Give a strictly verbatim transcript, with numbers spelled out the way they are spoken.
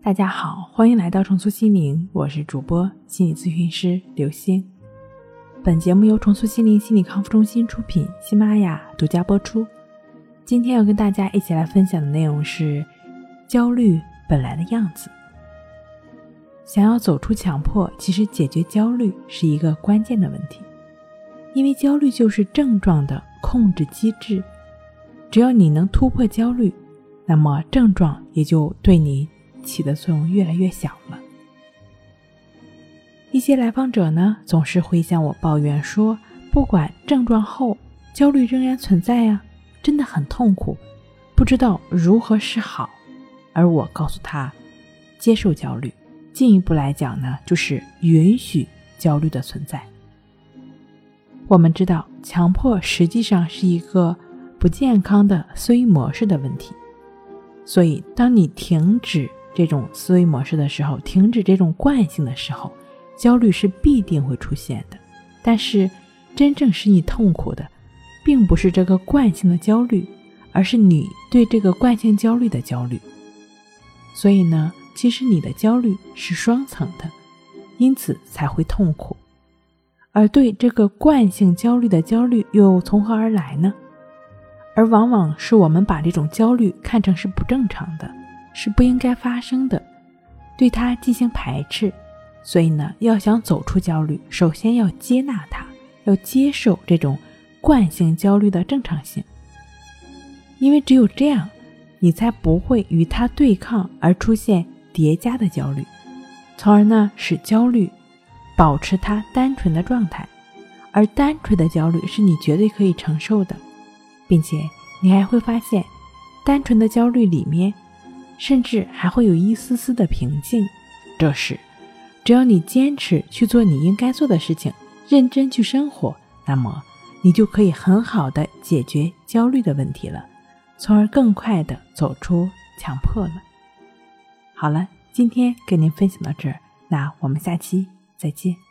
大家好，欢迎来到重塑心灵，我是主播心理咨询师刘星。本节目由重塑心灵心理康复中心出品，喜马拉雅独家播出。今天要跟大家一起来分享的内容是焦虑本来的样子。想要走出强迫，其实解决焦虑是一个关键的问题，因为焦虑就是症状的控制机制，只要你能突破焦虑，那么症状也就对你起的作用越来越小了。一些来访者呢，总是会向我抱怨说，不管症状后，焦虑仍然存在啊，真的很痛苦，不知道如何是好。而我告诉他，接受焦虑，进一步来讲呢，就是允许焦虑的存在。我们知道，强迫实际上是一个不健康的思维模式的问题，所以当你停止这种思维模式的时候，停止这种惯性的时候，焦虑是必定会出现的。但是真正使你痛苦的并不是这个惯性的焦虑，而是你对这个惯性焦虑的焦虑。所以呢，其实你的焦虑是双层的，因此才会痛苦。而对这个惯性焦虑的焦虑又从何而来呢？而往往是我们把这种焦虑看成是不正常的，是不应该发生的，对它进行排斥。所以呢，要想走出焦虑，首先要接纳它，要接受这种惯性焦虑的正常性。因为只有这样，你才不会与它对抗而出现叠加的焦虑，从而呢使焦虑保持它单纯的状态。而单纯的焦虑是你绝对可以承受的，并且你还会发现，单纯的焦虑里面甚至还会有一丝丝的平静。这时只要你坚持去做你应该做的事情，认真去生活，那么你就可以很好的解决焦虑的问题了，从而更快的走出强迫了。好了，今天跟您分享到这儿，那我们下期再见。